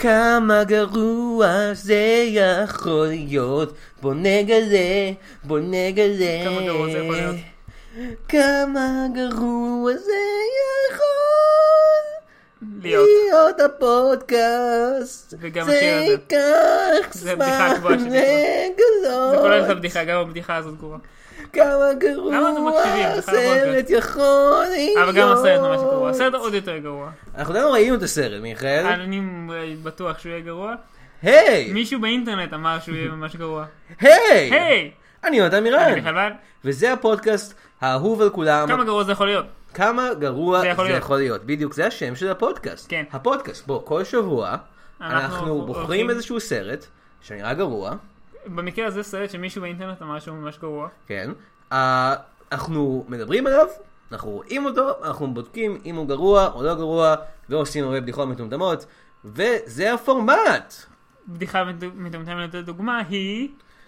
כמה גרוע זה יכול להיות, בוא נגלה. כמה גרוע זה יכול להיות? כמה גרוע זה יכול להיות הפודקאסט. וגם זה השיר הזה. ייקח זה בדיחה זמן גבוהה שלי. זה כולל את הבדיחה, גם הבדיחה הזאת גרועה. כמה גרוע למה אתם מקשיבים? זה חייב הסרט יכול להיות. אבל גם הסרט ממש גרוע. הסרט עוד יותר גרוע. אנחנו לא ראינו את הסרט, מיכאל. אני בטוח שהוא יהיה גרוע. היי! מישהו באינטרנט אמר שהוא יהיה ממש גרוע. היי! היי! אני יונתן אני מירן. מיכאל ויין. וזה הפודקאסט האהוב על כולם. כמה גרוע זה יכול להיות? כמה גרוע זה זה יכול יכול להיות. בדיוק, זה השם של הפודקאסט. כן. הפודקאסט, בוא, כל שבוע אנחנו בוחרים הולכים- איזשהו סרט שנראה גרוע. במקרה הזה סרט שמישהו באינטרנט אמר שהוא ממש גרוע. כן. אנחנו מדברים עליו, אנחנו רואים אותו, אנחנו בודקים אם הוא גרוע או לא גרוע, ועושים הרבה בדיחות מטומטמות, וזה הפורמט. בדיחה מטומטמת לדוגמה היא...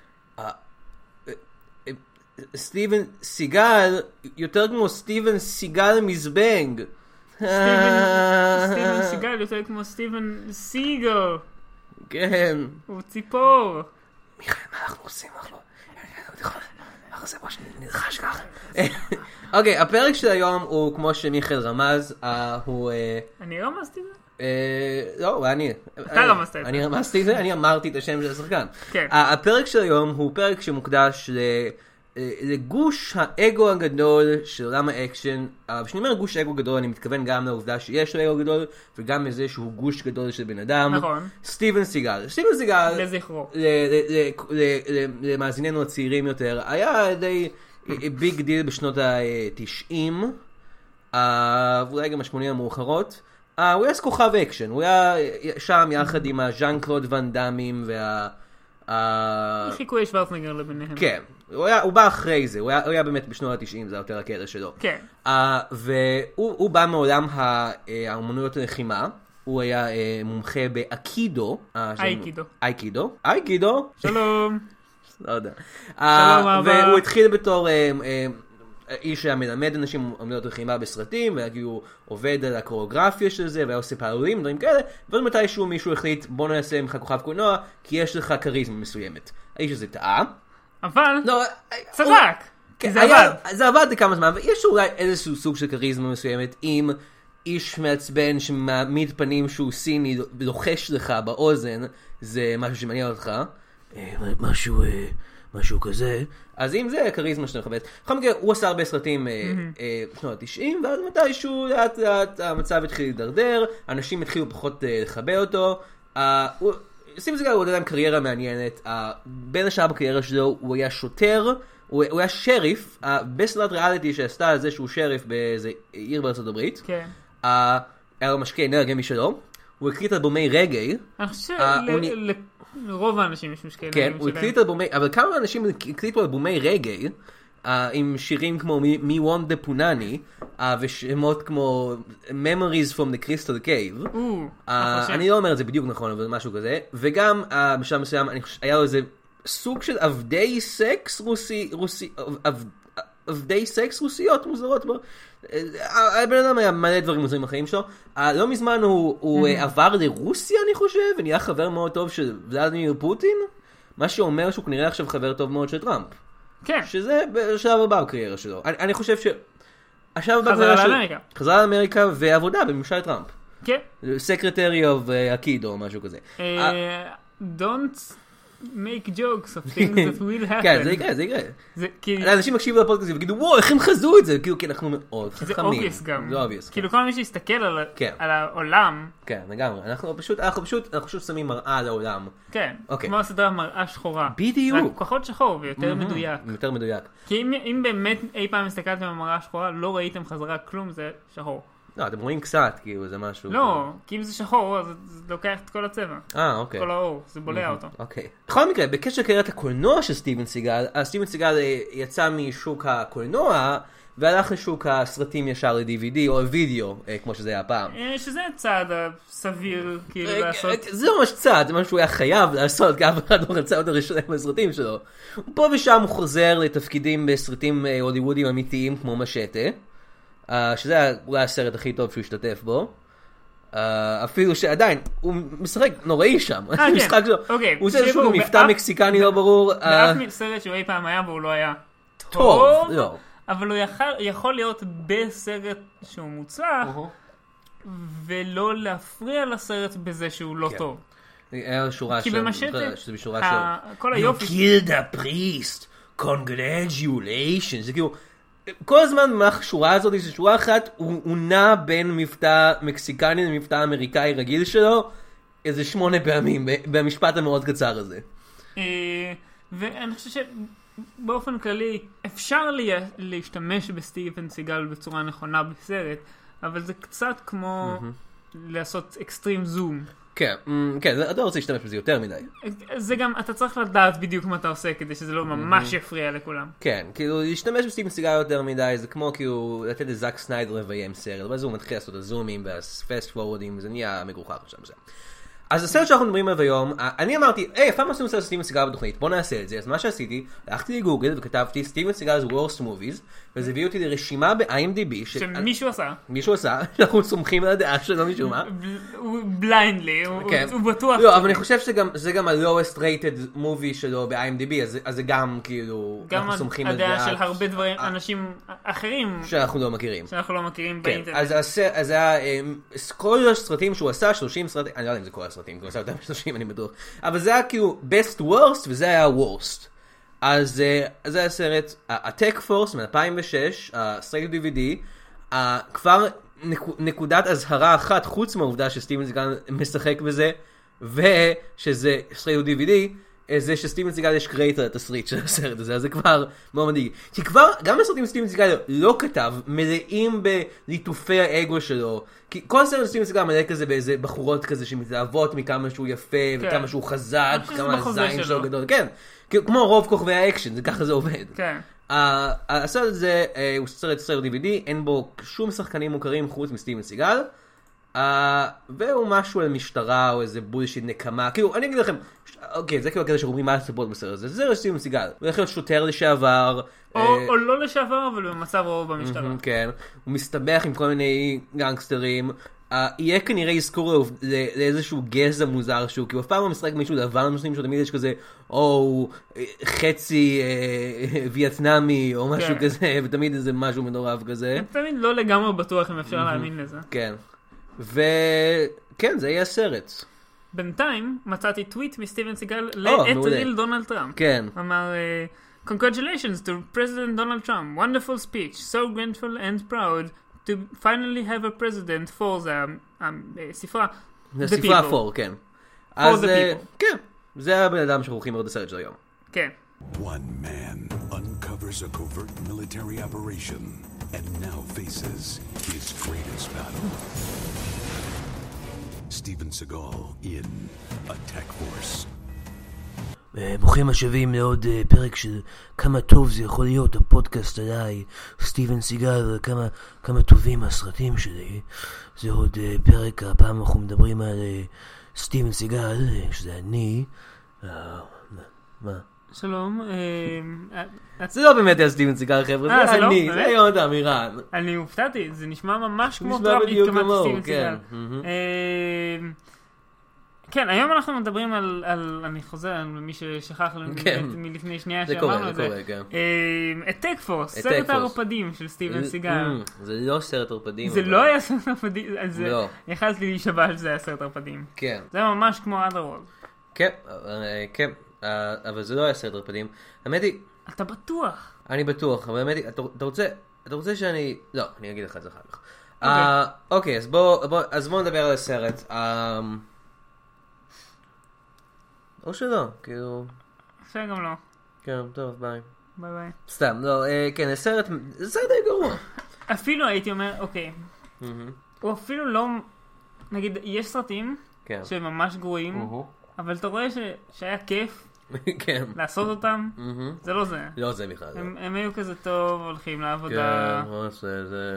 סטיבן סיגל, יותר כמו סטיבן סיגל מזבנג. סטיבן סיגל יותר כמו סטיבן סיגל. כן. הוא ציפור. מיכאל, מה אנחנו עושים? אנחנו עושים משהו נרחש ככה. אוקיי, הפרק של היום הוא כמו שמיכאל רמז, הוא... אני רמזתי את זה? לא, אני... אתה רמזת את זה. אני רמזתי את זה, אני אמרתי את השם של השחקן. כן. הפרק של היום הוא פרק שמוקדש לגוש האגו הגדול של עולם האקשן. כשאני אומר גוש אגו גדול, אני מתכוון גם לעובדה שיש לו אגו גדול, וגם לזה שהוא גוש גדול של בן אדם. נכון. סטיבן סיגל. סטיבן סיגל, לזכרו. למאזיננו הצעירים יותר, היה די ביג דיל בשנות ה-90, ואולי גם ה-80 המאוחרות. הוא היה כוכב אקשן, הוא היה שם יחד עם הז'אן קלוד ואן דאמים חיקוי שוורצנגר לביניהם. כן, הוא בא אחרי זה, הוא היה באמת בשנות ה-90, זה יותר הקטע שלו. כן. והוא בא מעולם האמנויות הלחימה, הוא היה מומחה באקידו. אייקידו. שלום. לא יודע. שלום אבא. והוא התחיל בתור איש שהיה מלמד אנשים אמנויות לחימה בסרטים, והוא עובד על הקוריאוגרפיה של זה, והיה עושה פעלולים, דברים כאלה, ואז מתישהו מישהו החליט, בוא נעשה ממך כוכב קולנוע, כי יש לך כריזמה מסוימת. האיש הזה טעה. אבל לא, צדק. כן, זה עבד. זה עבד לכמה זמן, ויש אולי איזשהו סוג של כריזמה מסוימת, אם איש מעצבן שמעמיד פנים שהוא סיני לוחש לך באוזן, זה משהו שמעניין אותך. משהו כזה. אז אם זה כריזמה שאתה מחפש. בכל מקרה, הוא עשה הרבה סרטים בשנות ה-90, ואז מתישהו לאט לאט המצב התחיל להידרדר, אנשים התחילו פחות לחבר אותו. סטיבן סיגל הוא עוד אדם קריירה מעניינת. בין השאר בקריירה שלו הוא היה שוטר, הוא היה שריף, בסדרת ריאליטי שעשתה על זה שהוא שריף באיזה עיר בארצות הברית. כן. היה לו משקה אנרגיה משלו. הוא הקליט אלבומי רגעי. אני חושב לרוב האנשים יש משקעים. כן, הוא הקליט אלבומי, אבל כמה אנשים הקליטו אלבומי רגעי, עם שירים כמו מי וונט דה פונני, ושמות כמו Memories from the Crystal Cave. אני לא אומר את זה בדיוק נכון, אבל משהו כזה. וגם בשלב מסוים, היה לו איזה סוג של עבדי סקס רוסיות מוזרות בו. הבן אדם היה מלא דברים מוזרים בחיים שלו. לא מזמן הוא עבר לרוסיה, אני חושב, ונהיה חבר מאוד טוב של ולדימיר פוטין, מה שאומר שהוא כנראה עכשיו חבר טוב מאוד של טראמפ. כן. שזה בשלב הבא בקריירה שלו. אני חושב חזרה לאמריקה ועבודה בממשל טראמפ. כן. Secretary of Akido או משהו כזה. Don't make jokes of things that will happen. כן, זה יקרה. אנשים מקשיבו לפודקאסט ויגידו, וואו, איך הם חזו את זה? כאילו, כי אנחנו מאוד חכמים. זה obvious גם. זה obvious. כאילו, כל מי שיסתכל על העולם. כן, לגמרי. אנחנו פשוט שמים מראה על העולם. כן, כמו הסדרה מראה שחורה. בדיוק. רק פחות שחור ויותר מדויק. יותר מדויק. כי אם באמת אי פעם הסתכלתם על מראה שחורה, לא ראיתם חזרה כלום, זה שחור. לא, אתם רואים קצת, כאילו, זה משהו. לא, כי אם זה שחור, אז זה לוקח את כל הצבע. אוקיי. כל האור, זה בולע אותו. אוקיי. בכל מקרה, בקשר לקריירת הקולנוע של סטיבן סיגל, סטיבן סיגל יצא משוק הקולנוע, והלך לשוק הסרטים ישר ל-DVD או וידאו, כמו שזה היה פעם. שזה צעד סביר, כאילו, לעשות. זה ממש צעד, זה משהו שהוא היה חייב לעשות, כי אף אחד לא רצה עוד לשלם בסרטים שלו. פה ושם הוא חוזר לתפקידים בסרטים הוליוודיים אמיתיים כמו משטה. שזה היה אולי הסרט הכי טוב שהוא השתתף בו. אפילו שעדיין, הוא משחק נוראי שם. כן. המשחק שלו. אוקיי, הוא עושה איזשהו מבטא מקסיקני לא ברור. באף סרט שהוא אי פעם היה והוא לא היה טוב, לא. אבל הוא יכול להיות בסרט שהוא מוצלח, ולא להפריע לסרט בזה שהוא לא טוב. היה שורה כי שם, במשטת, שזה בשורה שם. כל היופי... You killed a priest, congratulations. זה כאילו, כל הזמן במהלך השורה הזאת, ששורה אחת, הוא נע בין מבטא מקסיקני למבטא אמריקאי רגיל שלו, איזה 8 פעמים, במשפט המאוד קצר הזה. ואני חושב שבאופן כללי, אפשר להשתמש בסטיבן סיגל בצורה נכונה בסרט, אבל זה קצת כמו לעשות אקסטרים זום. כן, אתה רוצה להשתמש בזה יותר מדי. זה גם, אתה צריך לדעת בדיוק מה אתה עושה, כדי שזה לא ממש יפריע לכולם. כן, כאילו, להשתמש בסטיבן סיגל יותר מדי, זה כמו כאילו, לתת לזאק סניידר לביים סרט, ואז הוא מתחיל לעשות את הזומים והפסט פורורדים, וזה נהיה מגוחך עכשיו זה. אז הסרט שאנחנו מדברים עליו היום, אני אמרתי, אף פעם עשינו סרט סטיבן סיגל בתוכנית, בוא נעשה את זה. אז מה שעשיתי, הלכתי לגוגל וכתבתי סטיבן סיגל's worst movies, וזה הביא אותי לרשימה ב-IMDb שמישהו עשה. מישהו עשה, אנחנו סומכים על הדעה שלו משום מה. הוא בליינדלי, הוא בטוח. לא, אבל אני חושב שזה גם ה-lowest rated movie שלו ב-IMDb, אז זה גם כאילו, אנחנו סומכים על הדעה של הרבה דברים, אנשים אחרים. שאנחנו לא מכירים. שאנחנו לא מכירים באינטרנט. אז היה כל הסרטים שהוא עשה, 30 סרטים, אני לא יודע אם זה כל הסרטים, הוא עשה יותר מ-30 אני בטוח, אבל זה היה כאילו best worst וזה היה worst. אז זה היה סרט, ה-Tech Force מ-2006, ה-Straight DVD, כבר נקודת הזהרה אחת, חוץ מהעובדה שסטיבן סיגל משחק בזה, ושזה Straight DVD, זה שסטיבן סיגל יש קרייטר לתסריט של הסרט הזה, אז זה כבר מאוד מדהיג. כי כבר, גם הסרטים סטיבן סיגל לא כתב, מלאים בליטופי האגו שלו, כי כל סרט סטיבן סיגל מלא כזה באיזה בחורות כזה שמתלהבות מכמה שהוא יפה, וכמה שהוא חזק, וכמה הזין שלו גדול, כן, כמו רוב כוכבי האקשן, זה ככה זה עובד. כן. הסרט הזה הוא סרט DVD, אין בו שום שחקנים מוכרים חוץ מסטיבן סיגל, והוא משהו על משטרה או איזה בולשיט נקמה, כאילו אני אגיד לכם, אוקיי, זה כאילו כזה שאומרים מה לספות בסרט הזה, זה סטיבן סיגל, הוא הולך להיות שוטר לשעבר, או לא לשעבר אבל במצב רוב במשטרה. כן, הוא מסתבך עם כל מיני גנגסטרים, יהיה כנראה יזכור לאיזשהו גזע מוזר שהוא, כי הוא אף פעם לא משחק מישהו לבן נושאים שתמיד יש כזה, או חצי וייטנאמי או משהו כזה, ותמיד איזה משהו מנורב כזה. תמיד לא לגמרי בטוח אם אפשר להאמין לזה. כן. וכן, זה יהיה הסרט. בינתיים מצאתי טוויט מסטיבן סיגל לעת ריל דונלד טראמפ. כן. אמר, Congratulations to President Donald Trump. Wonderful speech. So grateful and proud to finally have a president for the ספרה. The ספרה for, כן. For the people. כן. זה הבן אדם שאנחנו הולכים לראות הסרט של היום. כן. One man uncovers a covert military operation and now faces his greatest battle. Steven Seagal in Attack Force. ברוכים השבים לעוד פרק של כמה טוב זה יכול להיות הפודקאסט עליי, סטיבן סיגל, כמה טובים הסרטים שלי. זה עוד פרק, הפעם אנחנו מדברים על סטיבן סיגל, שזה אני. מה? שלום. זה לא באמת היה סטיבן סיגל חבר'ה, זה אני, זה יונתן מירן. אני הופתעתי, זה נשמע ממש כמו טראמפ התכוונת סטיבן סיגל. כן, היום אנחנו מדברים על אני חוזר למי ששכח מלפני שנייה שאמרנו את זה. Attack Force, סרט הערפדים של סטיבן סיגל. זה לא סרט ערפדים. זה לא היה סרט ערפדים, יכלתי להישבע שזה היה סרט ערפדים. כן. זה ממש כמו Otherworld. כן, כן, אבל זה לא היה סרט ערפדים. האמת היא... אתה בטוח. אני בטוח, אבל האמת היא, אתה רוצה שאני... לא, אני אגיד לך את זה אחר כך. אוקיי, אז בוא נדבר על הסרט. או שלא, כאילו... אפשר גם לא. כן, טוב, ביי. ביי ביי. סתם, לא, כן, הסרט די גרוע. אפילו הייתי אומר, אוקיי. הוא אפילו לא... נגיד, יש סרטים שהם ממש גרועים, אבל אתה רואה שהיה כיף לעשות אותם, זה לא זה. לא זה בכלל. הם היו כזה טוב, הולכים לעבודה. כן, מה זה...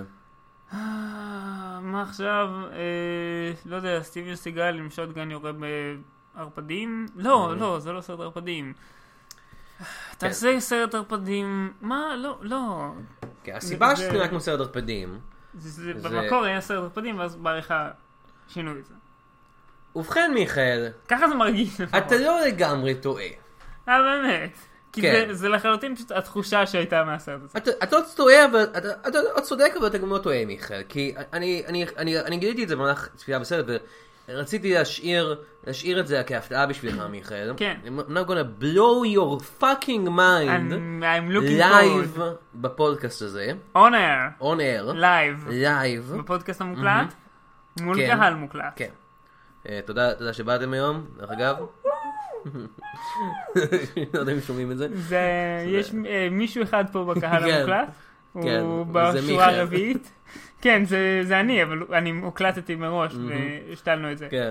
מה עכשיו? לא יודע, סטיבן סיגל עם שוטגן יורה בערפדים? לא, זה לא סרט ערפדים. תעשה סרט ערפדים... מה? לא. הסיבה שזה נראה כמו סרט ערפדים. במקור היה סרט ערפדים, ואז בעריכה שינו את זה. ובכן מיכאל, ככה זה מרגיש לפחות. אתה לא לגמרי טועה. באמת. כי כן. זה לחלוטין פשוט התחושה שהייתה מהסרט הזה. אתה לא טועה, אבל אתה צודק, אבל אתה גם לא טועה מיכאל, כי אני גיליתי את זה במהלך צפייה בסרט, ורציתי להשאיר את זה כהפתעה בשבילך מיכאל. כן. I'm not gonna blow your fucking mind I'm looking live forward. בפודקאסט הזה. on air. on air. live. בפודקאסט המוקלט. מול כן. קהל מוקלט. כן. תודה שבאתם היום, דרך אגב. לא יודע אם שומעים את זה. יש מישהו אחד פה בקהל כן. המוקלט. כן, הוא זה בשורה מיכאל. הרביעית. כן, זה אני, אבל אני הוקלטתי מראש והשתלנו את זה. כן.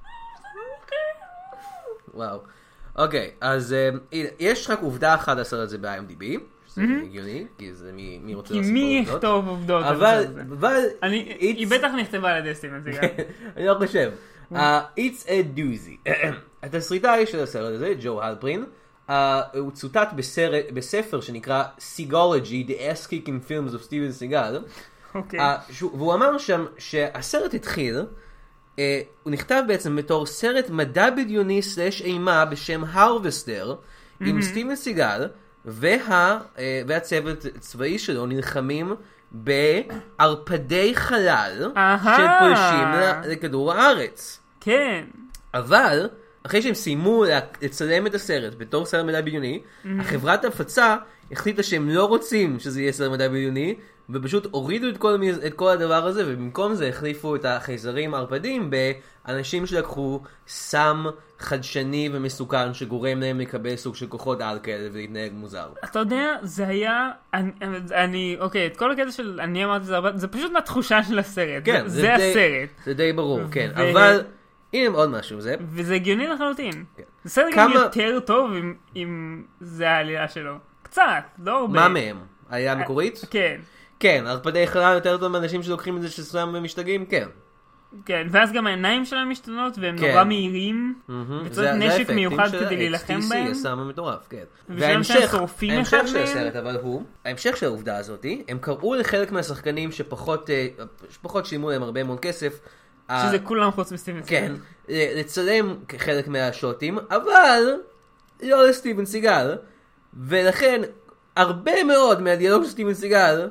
וואו. אוקיי, אז הנה, יש רק עובדה אחת לסרט הזה ב-IMDb, שזה הגיוני, כי זה מי רוצה כי לעשות מי עובדות. יכתוב עובדות? על אבל, זה? היא בטח נכתבה על ידי סטיבן סיגל. אני לא חושב. It's a doozy. התסריטאי של הסרט הזה, ג'ו הלפרין, הוא צוטט בספר שנקרא Seagology, The Ass-Kicking Films of Steven Seagal, אוקיי. והוא אמר שם שהסרט התחיל, הוא נכתב בעצם בתור סרט מדע בדיוני / אימה בשם הרווסטר, עם סטיבן סיגל והצוות הצבאי שלו נלחמים בערפדי חלל של פולשים לכדור הארץ. כן. אבל אחרי שהם סיימו לצלם את הסרט בתור סרט מדע בדיוני, החברת הפצה החליטה שהם לא רוצים שזה יהיה סרט מדע בדיוני, ופשוט הורידו את כל הדבר הזה, ובמקום זה החליפו את החייזרים הערפדים באנשים שלקחו סם חדשני ומסוכן שגורם להם לקבל סוג של כוחות על כאלה ולהתנהג מוזר. אתה יודע, זה היה, אוקיי, את כל הקטע של, אני אמרתי זה פשוט מהתחושה של הסרט. כן, זה הסרט. זה די ברור, כן. אבל הנה עוד משהו, זה. וזה הגיוני לחלוטין. כן. זה סרט גם יותר טוב אם זה העלילה שלו. קצת, לא הרבה. מה מהם? העלילה המקורית? כן. כן, ערפדי חלל יותר טוב מאנשים שלוקחים את זה שסם ומשתגעים, כן. כן, ואז גם העיניים שלהם משתנות, והם כן. נורא מהירים, וצריך נשק מיוחד כדי להילחם בהם. הסם המטורף, כן. ושהם שורפים אחד ההמשך של מהם. הסרט, אבל הוא, ההמשך של העובדה הזאת, הם קראו לחלק מהשחקנים שפחות שילמו להם הרבה מאוד כסף. שזה כולם חוץ מסטיבן סיגל. כן, לצלם כחלק מהשוטים, אבל לא לסטיבן סיגל, ולכן הרבה מאוד מהדיאלוג של סטיבן סיגל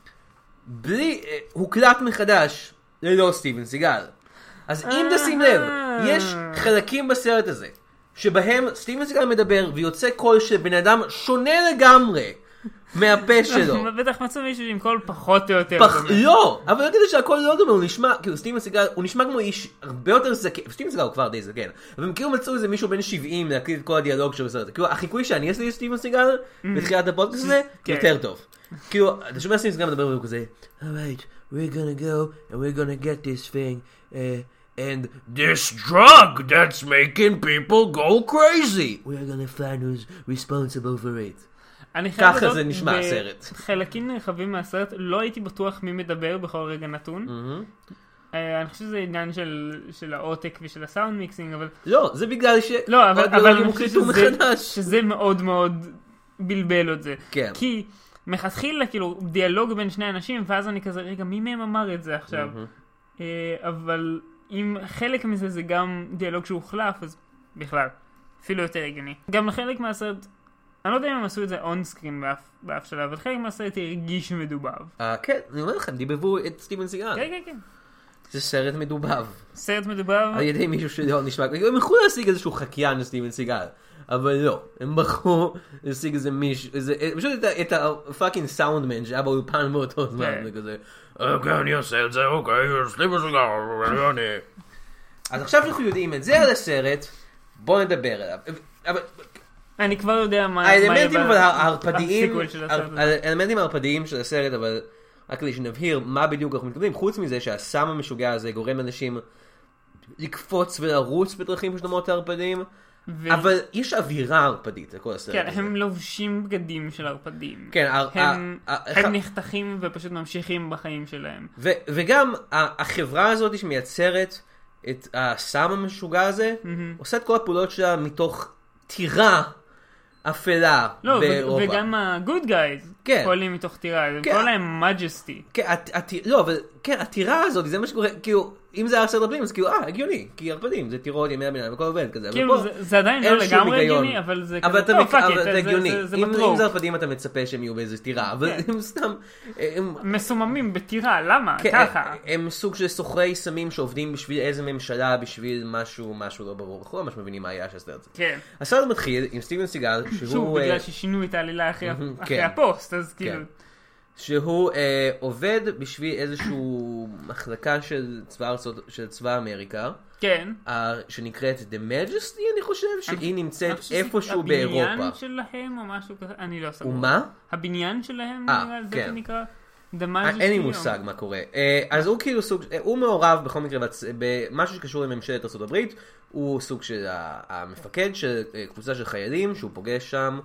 הוקלט מחדש ללא סטיבן סיגל. אז אם תשים לב, יש חלקים בסרט הזה שבהם סטיבן סיגל מדבר ויוצא קול של בן אדם שונה לגמרי מהפה שלו. בטח מצאו מישהו עם קול פחות או יותר. לא, אבל לא כדי שהקול לא דומה, הוא נשמע, כאילו סטיבן סיגל, הוא נשמע כמו איש הרבה יותר זקן, סטיבן סיגל הוא כבר די זקן, אבל הם כאילו מצאו איזה מישהו בן 70 להקליט את כל הדיאלוג שלו בסרט. כאילו החיקוי שאני אעשה לסטיבן סיגל בתחילת הפודקאסט הזה, יותר טוב. כאילו, אתה שומע סטיבן סיגל מדבר והוא כזה, alright, we're gonna go and we're gonna get this thing, and this drug that's making people go crazy. We're gonna find who's responsible for it. ככה זה נשמע הסרט. חלקים נרחבים מהסרט לא הייתי בטוח מי מדבר בכל רגע נתון. אני חושב שזה עניין של העותק ושל הסאונד מיקסינג, אבל... לא, זה בגלל ש... לא, אבל אני חושב שזה מאוד מאוד בלבל את זה. כן. כי מלכתחילה כאילו דיאלוג בין שני אנשים, ואז אני כזה, רגע, מי מהם אמר את זה עכשיו? אבל אם חלק מזה זה גם דיאלוג שהוחלף, אז בכלל, אפילו יותר הגיוני. גם לחלק מהסרט... אני לא יודע אם הם עשו את זה און סקרין באף שלב, אבל חלק מהסרט הרגיש מדובב. כן, אני אומר לכם, דיבבו את סטיבן סיגל. כן, כן, כן. זה סרט מדובב. סרט מדובב. על ידי מישהו שלא נשמע. הם יכלו להשיג איזשהו חקיין לסטיבן סיגל, אבל לא. הם בחרו להשיג איזה מישהו, פשוט את הפאקינג סאונדמן שהיה באולפן באותו זמן, וכזה, כן, אני אעשה את זה, אוקיי, סטיבן סיגל, אז עכשיו שאנחנו יודעים את זה על הסרט, בואו נדבר עליו. אבל... אני כבר יודע מה... האלמנטים הערפדיים של הסרט, אבל רק כדי שנבהיר מה בדיוק אנחנו מתכוונים, חוץ מזה שהסם המשוגע הזה גורם לאנשים לקפוץ ולרוץ בדרכים שדומות לערפדים, אבל יש אווירה ערפדית לכל הסרט הזה. כן, הם לובשים בגדים של ערפדים. כן, הם נחתכים ופשוט ממשיכים בחיים שלהם. וגם החברה הזאת שמייצרת את הסם המשוגע הזה, עושה את כל הפעולות שלה מתוך טירה אפלה באירופה. וגם ה-good guys פועלים מתוך טירה, הם קוראים להם majesty. לא, אבל כן, הטירה הזאת, זה מה שקורה, כאילו, אם זה היה סרט ערפדים, אז כאילו, הגיוני, כי ערפדים, זה טירות, ימי הביניים, וכל עובד כזה. כאילו, זה עדיין לא לגמרי הגיוני, אבל זה אבל כזה, זה הגיוני. אם זה ערפדים, אתה מצפה שהם יהיו באיזה טירה, אבל הם סתם... מסוממים בטירה, למה? ככה. הם סוג של סוחרי סמים שעובדים בשביל איזה ממשלה, בשביל משהו לא ברור. אנחנו לא ממש מבינים מה היה שהסרט הזה. כן. הסרט מתחיל עם סטיבן סיגל, שהוא... שוב, בגלל ששינו את העלילה אחרי הפוסט, אז כאילו... שהוא עובד בשביל איזשהו מחלקה של צבא אמריקה. כן. שנקראת The Majesty, אני חושב, שהיא נמצאת איפשהו באירופה. הבניין שלהם או משהו כזה, אני לא סגור. ומה? הבניין שלהם, זה שנקרא The Majesty. אין לי מושג מה קורה. אז הוא כאילו סוג, הוא מעורב בכל מקרה במשהו שקשור לממשלת ארצות הברית, הוא סוג של המפקד של קבוצה של חיילים שהוא פוגש שם.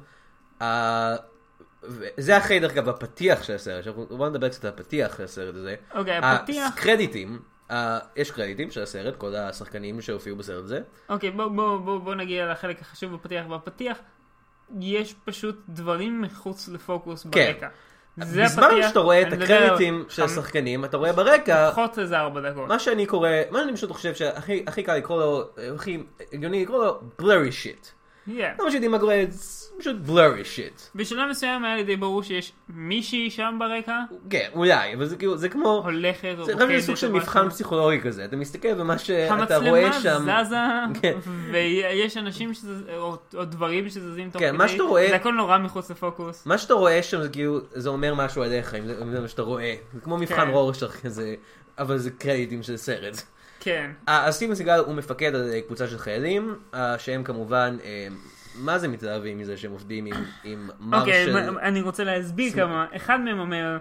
זה אחרי דרך אגב הפתיח של הסרט, בואו נדבר קצת על הפתיח של הסרט הזה. אוקיי, הפתיח... קרדיטים, יש קרדיטים של הסרט, כל השחקנים שהופיעו בסרט הזה. אוקיי, בואו נגיע לחלק החשוב בפתיח. בפתיח יש פשוט דברים מחוץ לפוקוס ברקע. בזמן שאתה רואה את הקרדיטים של השחקנים, אתה רואה ברקע... פחות איזה 4 דקות. מה שאני קורא, מה אני פשוט חושב שהכי קל לקרוא לו, הכי הגיוני לקרוא לו blurry shit. לא מה שיודעים מה קורה, פשוט blurry shit. בשלב מסוים היה לי די ברור שיש מישהי שם ברקע. כן, אולי, אבל זה כמו... הולכת או זה חושב סוג של מבחן פסיכולוגי כזה. אתה מסתכל במה שאתה רואה שם... המצלמה זזה, ויש אנשים או דברים שזזים תוך כדי. זה הכל נורא מחוץ לפוקוס. מה שאתה רואה שם זה כאילו, זה אומר משהו עליך, אם זה מה שאתה רואה. זה כמו מבחן רורשך כזה, אבל זה קרדיטים של סרט. כן. אז סטיבן סיגל הוא מפקד על קבוצה של חיילים, שהם כמובן, מה זה מתלהבים מזה שהם עובדים עם מרשל... אוקיי, אני רוצה להסביר כמה. אחד מהם אומר...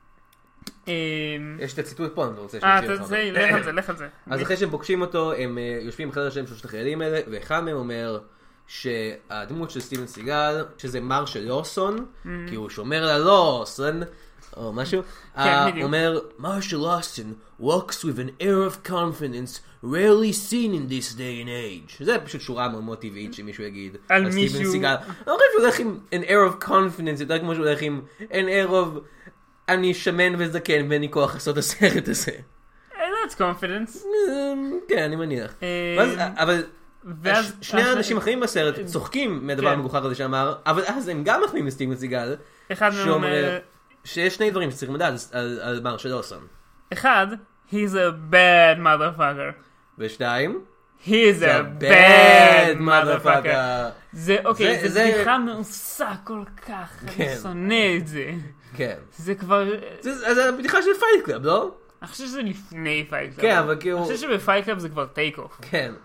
יש את הציטוט פה, אני רוצה לך על זה. אז אחרי שהם פוגשים אותו, הם יושבים בחדר שלהם שלושת החיילים האלה, ואחד מהם אומר שהדמות של סטיבן סיגל, שזה מרשל לוסון, כי הוא שומר ללוסון, או משהו, אומר, Marshall Lawson walks with an air of confidence rarely seen in this day and age. זה פשוט שורה מאוד טבעית שמישהו יגיד על מישהו. סיגל. אני חושב שהוא הולך עם an air of confidence, יותר כמו שהוא הולך עם an air of אני שמן וזקן ואין לי כוח לעשות הסרט הזה. That's confidence. כן, אני מניח. אבל שני האנשים אחרים בסרט צוחקים מהדבר המגוחך הזה שאמר, אבל אז הם גם מחמיאים לסטיבן סיגל. אחד מהם אומר... שיש שני דברים שצריכים לדעת על מרשל לוסון. אחד, he's a bad motherfucker. ושתיים, he's a bad motherfucker. זה, אוקיי, זה בדיחה מעושה כל כך, אני שונא את זה. כן. זה כבר... זה הבדיחה של פייט קלאב, לא? אני חושב שזה לפני פייט קלאב. כן, אבל כאילו... אני חושב שבפייט קלאב זה כבר טייק אוף. כן.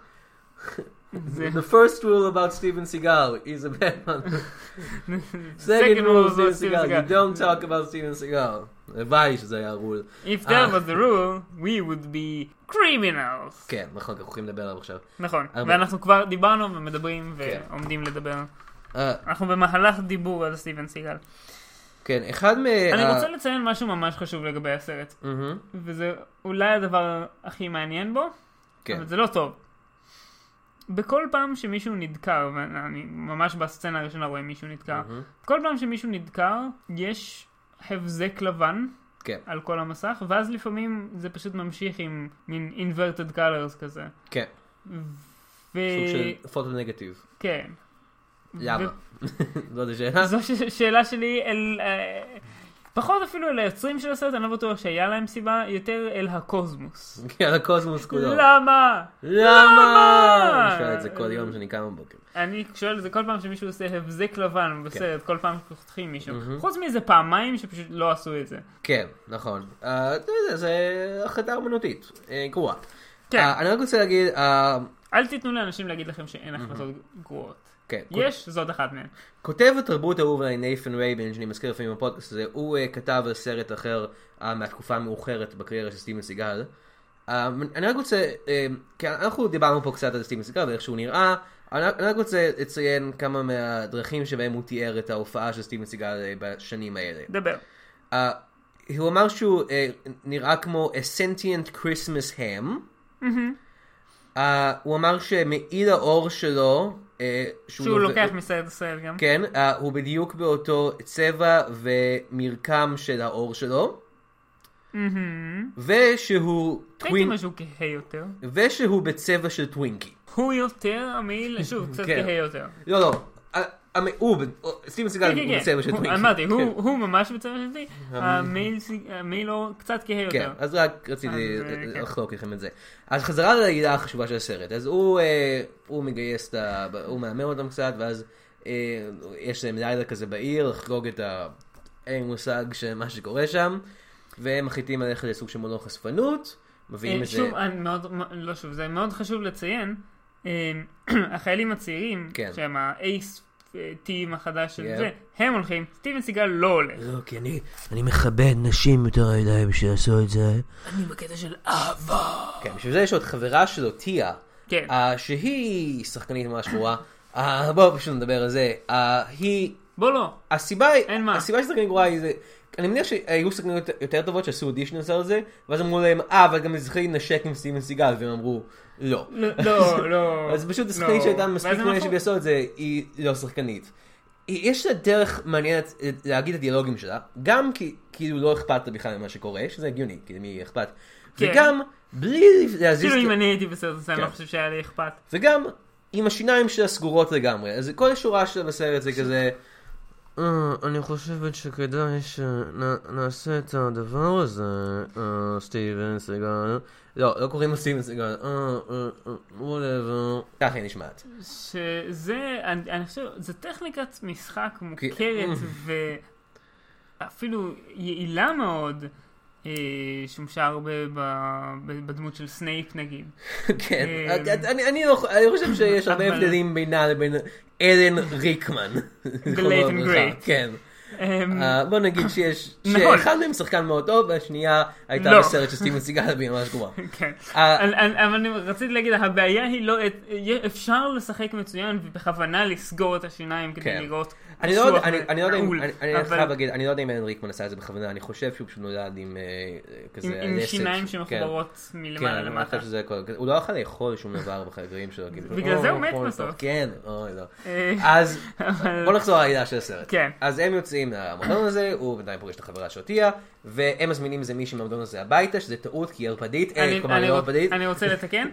The first rule about Steven Seagal is a bad man. Second rule of Steven Seagal, you don't talk about Steven Seagal. הוואי שזה היה רול. If that was the rule, we would be criminals. כן, נכון, אנחנו יכולים לדבר עליו עכשיו. נכון, ואנחנו כבר דיברנו ומדברים ועומדים לדבר. אנחנו במהלך דיבור על סטיבן סיגל. כן, אחד אני רוצה לציין משהו ממש חשוב לגבי הסרט. וזה אולי הדבר הכי מעניין בו, אבל זה לא טוב. בכל פעם שמישהו נדקר, ואני ממש בסצנה הראשונה רואה מישהו נדקר, כל פעם שמישהו נדקר, יש הבזק לבן על כל המסך, ואז לפעמים זה פשוט ממשיך עם מין inverted colors כזה. כן. סוג של פוטו נגטיב. כן. למה? זאת השאלה? זו שאלה שלי אל... פחות אפילו אל היוצרים של הסרט, אני לא בטוח שהיה להם סיבה, יותר אל הקוסמוס. כן, הקוסמוס כולו. למה? למה? אני שואל את זה כל יום שאני קם בבוקר. אני שואל את זה כל פעם שמישהו עושה הבזק לבן בסרט, כל פעם שחותכים מישהו. חוץ מזה פעמיים שפשוט לא עשו את זה. כן, נכון. זה החלטה אמנותית, גרועה. אני רק רוצה להגיד... אל תיתנו לאנשים להגיד לכם שאין החלטות גרועות. יש, זאת אחת מהן. כותב התרבות האהוב עליי ניית'ן רייבן, שאני מזכיר לפעמים בפודקאסט הזה, הוא כתב על סרט אחר מהתקופה המאוחרת בקריירה של סטיבן סיגל. אני רק רוצה, כי אנחנו דיברנו פה קצת על סטיבן סיגל ואיך שהוא נראה, אני רק רוצה לציין כמה מהדרכים שבהם הוא תיאר את ההופעה של סטיבן סיגל בשנים האלה. דבר. הוא אמר שהוא נראה כמו a sentient Christmas ham. הוא אמר שמעיל האור שלו, שהוא לוקח מסרט הסרט גם. כן, הוא בדיוק באותו צבע ומרקם של האור שלו. ושהוא הייתי משהו כהה יותר. ושהוא בצבע של טווינקי. הוא יותר המעיל, שוב, קצת כהה יותר. לא, סטיבן סיגל הוא בצבע של טווינקי. אמרתי, הוא ממש בצבע של טווינקי, המעיל הוא קצת כהה יותר. כן, אז רק רציתי לחלוק לכם את זה. אז חזרה לעילה החשובה של הסרט, אז הוא מגייס, הוא מאמן אותם קצת, ואז יש להם לילה כזה בעיר, לחגוג את אין מושג של מה שקורה שם, והם מחליטים ללכת לסוג של מונוח חשפנות, מביאים את זה... שוב, זה מאוד חשוב לציין, החיילים הצעירים, שהם האייס טים החדש של זה, הם הולכים, סטיבן סיגל לא הולך. לא, כי אני מכבד נשים יותר עדיין שיעשו את זה. אני בקטע של אהבה. כן, בשביל זה יש עוד חברה שלו, טיה, שהיא שחקנית ממש גרועה. בואו פשוט נדבר על זה. בוא לא. הסיבה ששחקנית גרועה היא זה, אני מניח שהיו שחקניות יותר טובות שעשו אודישנס על זה, ואז אמרו להם, אבל גם זכרי לנשק עם סטיבן סיגל, והם אמרו, לא. לא. אז פשוט השחקנית שהייתה מספיק מנה שביעשו את זה, היא לא שחקנית. יש לה דרך מעניינת להגיד את הדיאלוגים שלה, גם כי כאילו לא אכפת לה בכלל ממה שקורה, שזה הגיוני, כי למי אכפת. וגם, בלי להזיז... כאילו אם אני הייתי בסרט הזה, אני לא חושב שהיה לי אכפת. וגם, עם השיניים שלה סגורות לגמרי. אז כל השורה שלה בסרט זה כזה... אני חושבת שכדאי שנעשה את הדבר הזה, סטיבן סיגל. לא קוראים לו סטיבן סיגל. whatever. ככה היא נשמעת. שזה, אני חושב, זה טכניקת משחק מוכרת ואפילו יעילה מאוד. שומשה הרבה בדמות של סנייפ נגיד. כן, אני חושב שיש הרבה הבדלים בינה לבין אלן ריקמן. גלייטן גרייט. כן. בוא נגיד שאחד מהם שחקן מאוד טוב, והשנייה הייתה בסרט של סטיבן סיגל והיא ממש גרועה. כן. אבל אני רציתי להגיד, הבעיה היא לא, אפשר לשחק מצוין ובכוונה לסגור את השיניים כדי לראות אני לא יודע אם אלן ריקמן עשה את זה בכוונה, אני חושב שהוא פשוט נולד עם כזה... עם שיניים שמחוברות מלמעלה למטה. הוא לא יכול לאכול שום דבר בחייגרים שלו. בגלל זה הוא מת בסוף. כן, אוי לא. אז בוא נחזור לעילה של הסרט. אז הם יוצאים מהמועדון הזה, הוא בינתיים פוגש את החברה שוטיה, והם מזמינים איזה מישהי מהמועדון הזה הביתה, שזה טעות כי היא ערפדית. אני רוצה לתקן.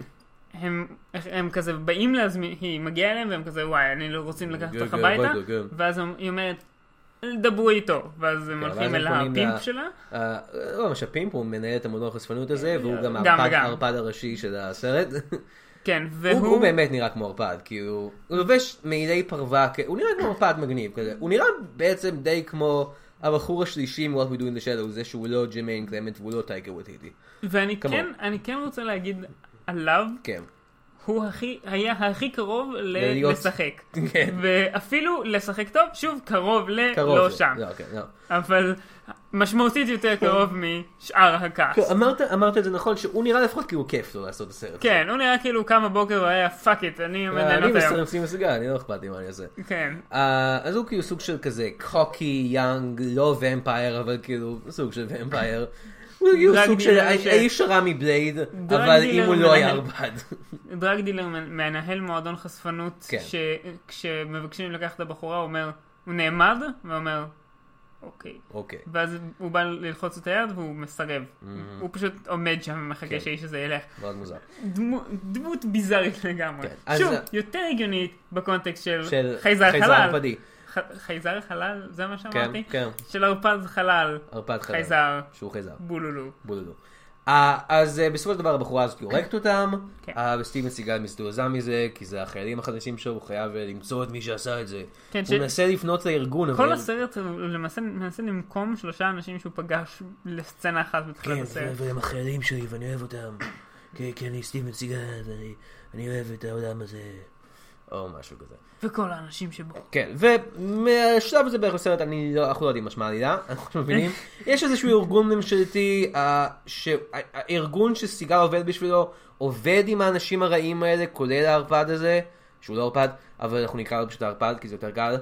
הם כזה באים להזמין, היא מגיעה אליהם והם כזה וואי, אני לא רוצים לקחת אותך הביתה, ואז היא אומרת, דברו איתו, ואז הם הולכים אל הפימפ שלה. לא, ממש הפימפ, הוא מנהל את המועדון החשפנות הזה, והוא גם הערפד הראשי של הסרט. כן, הוא באמת נראה כמו ערפד, כי הוא לובש מעילי פרווה, הוא נראה כמו ערפד מגניב כזה, הוא נראה בעצם די כמו הבחור השלישי מ-What We Do in the Shadows, זה שהוא לא ג'ימיין קלמנט והוא לא טייקה וויטיטי. ואני כן רוצה להגיד עליו, הוא היה הכי קרוב לשחק. ואפילו לשחק טוב, שוב, קרוב לא שם. אבל משמעותית יותר קרוב משאר הקאסט. אמרת את זה נכון, שהוא נראה לפחות כי הוא כיף לו לעשות את הסרט. כן, הוא נראה כאילו קם בבוקר והיה פאק איט, אני עומד ליהנות היום. אני בסרט סטיבן סיגל, אני לא אכפת לי מה אני אעשה. כן. אז הוא כאילו סוג של כזה קוקי, יאנג, לא ומפייר, אבל כאילו סוג של ומפייר. הוא סוג של האיש הרע מבלייד, אבל אם הוא לא היה ערפד. דרג דילר מנהל מועדון חשפנות, כשמבקשים לקחת את הבחורה, הוא נעמד ואומר, אוקיי. ואז הוא בא ללחוץ את היד והוא מסרב. הוא פשוט עומד שם ומחכה שהאיש הזה ילך. מאוד מוזר. דמות ביזארית לגמרי. שוב, יותר הגיונית בקונטקסט של חייזר חלל. חייזר חלל, זה מה שאמרתי? כן. של ערפד חלל. חייזר. שהוא חייזר. בולולו. אז בסופו של דבר הבחורה הזאת יורקת אותם, וסטיבן סיגל מזדועזע מזה, כי זה החיילים החדשים שלו, הוא חייב למצוא את מי שעשה את זה. הוא מנסה לפנות לארגון. כל הסרט הוא מנסה למקום 3 אנשים שהוא פגש לסצנה אחת בתחילת הסרט. כן, והם החיילים שלי ואני אוהב אותם, כי אני סטיבן סיגל ואני אוהב את העולם הזה. או משהו כזה. וכל האנשים שבו. כן, ומהשלב הזה בערך בסרט אנחנו לא יודעים משמע עלילה, אנחנו מבינים. יש איזשהו ארגון ממשלתי, הארגון שסיגל עובד בשבילו, עובד עם האנשים הרעים האלה, כולל הערפד הזה, שהוא לא ערפד, אבל אנחנו נקרא לו פשוט הערפד, כי זה יותר קל.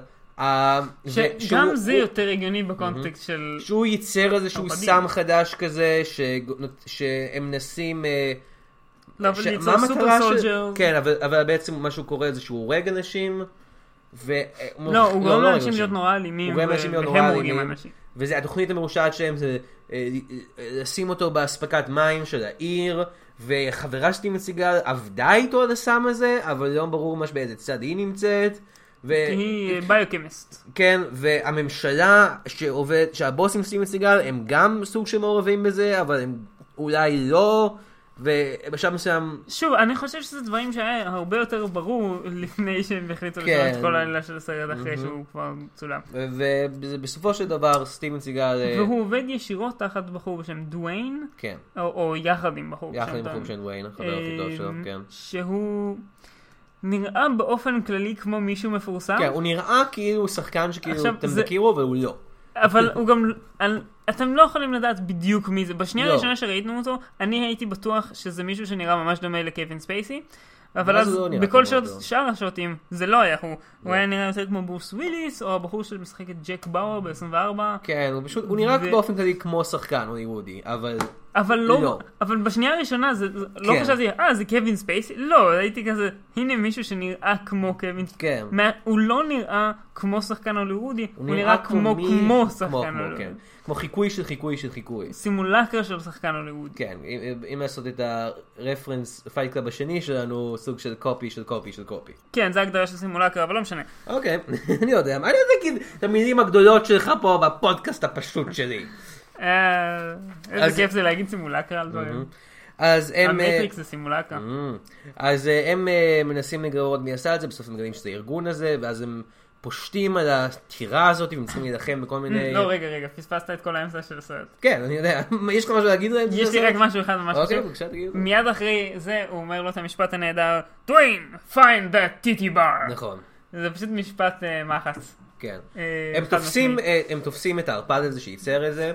גם זה יותר הגיוני בקונטקסט של... שהוא ייצר איזשהו סם חדש כזה, שהם מנסים... לא, אבל ליצור סופר סולג'ר. כן, אבל בעצם מה שהוא קורא זה שהוא הורג אנשים. לא, הוא גורם לאנשים להיות נורא אלימים, והם הורגים אנשים. והתוכנית המרושעת שלהם זה לשים אותו באספקת מים של העיר, וחברה סטיבן סיגל עבדה איתו על הסם הזה, אבל לא ברור ממש באיזה צד היא נמצאת. היא ביוקמיסט. כן, והממשלה שהבוסים סטיבן סיגל הם גם סוג שמעורבים בזה, אבל הם אולי לא, ובשלב מסוים... שוב, אני חושב שזה דברים שהיה הרבה יותר ברור לפני שהם החליטו לשנות את כל העלילה של הסרט אחרי שהוא כבר צולם. ובסופו של דבר סטיבן סיגל... והוא עובד ישירות תחת בחור בשם דוויין, כן. או יחד עם בחור בשם דוויין, החבר הכי טוב שלו, כן. שהוא... נראה באופן כללי כמו מישהו מפורסם. כן, הוא נראה כאילו שחקן שכאילו אתם תכירו, אבל הוא לא. אבל הוא גם... אתם לא יכולים לדעת בדיוק מי זה. בשנייה הראשונה שראיתנו אותו, אני הייתי בטוח שזה מישהו שנראה ממש דומה לקווין ספייסי, אבל אז בכל שאר השוטים זה לא היה הוא. הוא היה נראה יותר כמו ברוס וויליס, או הבחור שמשחק את ג'ק באואר ב-24. כן, הוא נראה באופן כללי כמו שחקן הוליוודי, אבל לא. אבל בשנייה הראשונה זה לא חשבתי, זה קווין ספייסי? לא, הייתי כזה, הנה מישהו שנראה כמו קווין ספייסי. הוא לא נראה כמו שחקן הוליוודי, הוא נראה כמו שחקן הוליוודי. כמו חיקוי של חיקוי של חיקוי. סימולקר של שחקן הוליוודי. כן, אם לעשות את הרפרנס פייט קלאב השני שלנו, סוג של קופי של קופי של קופי. כן, זה הגדרה של סימולקר, אבל לא משנה. אוקיי, אני יודע להגיד את המילים הגדולות שלך פה בפודקאסט הפשוט שלי. איזה כיף זה להגיד סימולקר על דברים. המטריקס זה סימולקר. אז הם מנסים לגרור מי עשה את זה, בסוף הם מגלים שזה הארגון הזה, ואז הם פושטים על הטירה הזאת ומצליחים להילחם בכל מיני... לא, רגע, פספסת את כל האמצע של הסרט. כן, אני יודע. יש לך משהו להגיד להם? יש לי רק משהו אחד ממש אוקיי, בבקשה תגיד. מיד אחרי זה הוא אומר לו את המשפט הנהדר, דוויין, find that titty bar. נכון. זה פשוט משפט מחץ. כן. הם תופסים את הערפד הזה שייצר את זה,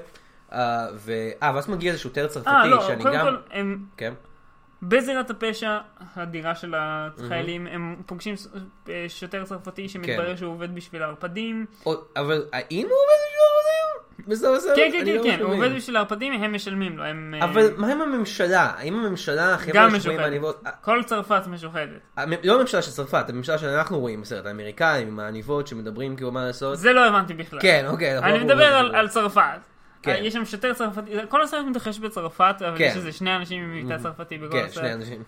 ואז מגיע איזה שוטר צרפתי שאני גם... קודם כל, הם... כן. בזירת הפשע, הדירה של החיילים, הם פוגשים שוטר צרפתי שמתברר שהוא עובד בשביל הערפדים. אבל האם הוא עובד בשביל הערפדים? כן, הוא עובד בשביל הערפדים, הם משלמים לו. אבל מה עם הממשלה? האם הממשלה... גם משוחדת. כל צרפת משוחדת. לא הממשלה של צרפת, הממשלה שאנחנו רואים בסרט, האמריקאים, עם העניבות שמדברים כאילו מה לעשות. זה לא הבנתי בכלל. כן, אוקיי. אני מדבר על צרפת. יש שם שוטר צרפתי, כל הסרט מתרחש בצרפת, אבל יש איזה שני אנשים עם מבטא צרפתי בכל הסרט. כן, שני אנשים.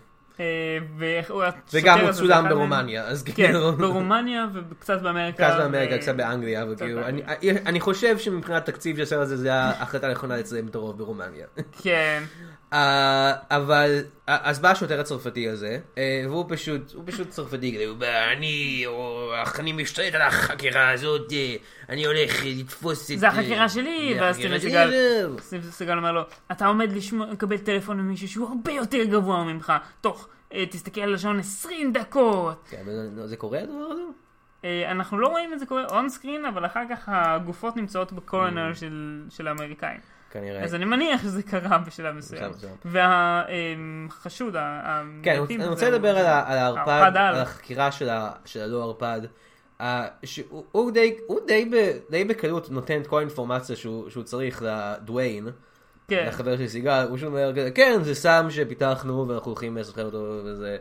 וגם הוא צולם ברומניה, אז כאילו... ברומניה וקצת באמריקה. קצת באמריקה, קצת באנגליה, וכאילו... אני חושב שמבחינת תקציב של הסרט הזה, זה ההחלטה הנכונה לצלם את הרוב ברומניה. כן. אבל, אז בא השוטר הצרפתי הזה, והוא פשוט צרפתי כזה, הוא בא, אני משתלט על החקירה הזאת, אני הולך לתפוס את... זה החקירה שלי, ואז סיגל אומר לו, אתה עומד לקבל טלפון ממישהו שהוא הרבה יותר גבוה ממך, תוך, תסתכל על השעון 20 דקות. כן, זה קורה הדבר הזה? אנחנו לא רואים את זה קורה און סקרין, אבל אחר כך הגופות נמצאות בקולונר של האמריקאים. כנראה. אז אני מניח שזה קרה בשלב מסוים. והחשוד, כן, אני רוצה לדבר על הערפד, על החקירה של הלא ערפד, שהוא די בקלות נותן את כל האינפורמציה שהוא צריך לדוויין, לחבר של סיגל, הוא שאומר, כן, זה סם שפיתחנו ואנחנו הולכים לסחר אותו וזה...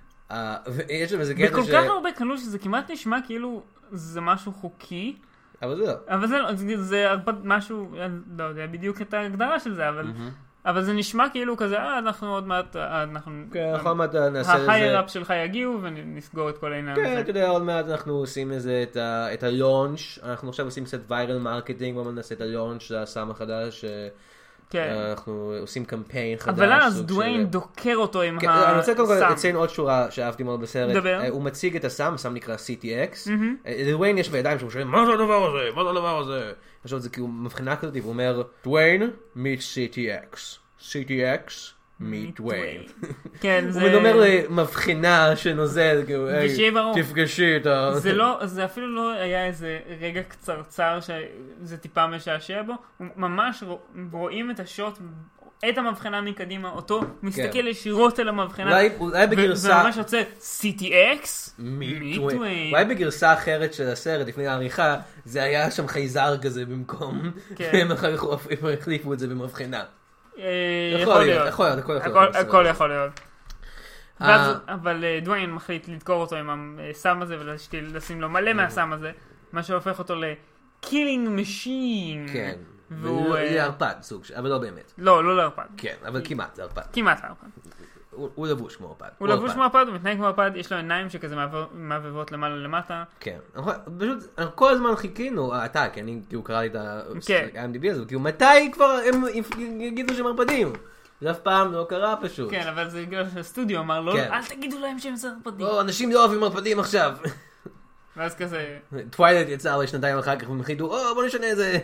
ויש שם איזה קטע בכל כך הרבה קלות שזה כמעט נשמע כאילו זה משהו חוקי, אבל זה לא. אבל זה משהו, לא יודע בדיוק את ההגדרה של זה, אבל זה נשמע כאילו כזה, אנחנו עוד מעט, ההייר-אפ שלך יגיעו ונסגור את כל העניין הזה. כן, אתה יודע, עוד מעט אנחנו עושים איזה את הלונץ', אנחנו עכשיו עושים קצת ויירל מרקטינג, ונעשה את הלונץ' לסם החדש, אנחנו עושים קמפיין חדש. אבל אז דוויין דוקר אותו עם הסם. אני רוצה קודם כל לציין עוד שורה שאהבתי מאוד בסרט. הוא מציג את הסם, הסם נקרא CTX. דוויין יש בידיים שהוא שואל, מה זה הדבר הזה? מה זה הדבר הזה? עכשיו זה כאילו מבחינה כזאת, והוא אומר, דוויין meet CTX. CTX meet דוויין. הוא מדבר למבחינה שנוזל, תפגשי את ה... זה אפילו לא היה איזה רגע קצרצר שזה טיפה משעשע בו, ממש רואים את השוט, את המבחנה מקדימה, אותו מסתכל ישירות אל המבחנה, וממש יוצא CTX meet דוויין. אולי בגרסה אחרת של הסרט, לפני העריכה, זה היה שם חייזר כזה במקום, והם החליפו את זה במבחנה. יכול להיות, הכל יכול להיות. אבל דוויין מחליט לדקור אותו עם הסם הזה ולשים לו מלא מהסם הזה, מה שהופך אותו קילינג משין. כן. והוא... זה ערפד סוג, אבל לא באמת. לא לערפד. כן, אבל כמעט, זה ערפד. כמעט ערפד. הוא לבוש כמו ערפד. הוא לבוש כמו ערפד, הוא מתנהג כמו ערפד, יש לו עיניים שכזה מעבבות למעלה למטה. כן. פשוט, אנחנו כל הזמן חיכינו, אתה, כי אני כאילו קראתי את ה-IMDb הזה, כאילו מתי כבר הם יגידו שהם ערפדים? זה אף פעם לא קרה פשוט. כן, אבל זה בגלל שהסטודיו אמר לו, אל תגידו להם שהם ערפדים. לא, אנשים לא אוהבים ערפדים עכשיו. ואז כזה... טווילייט יצא לשנתיים אחר כך והם החליטו, בוא נשנה את זה.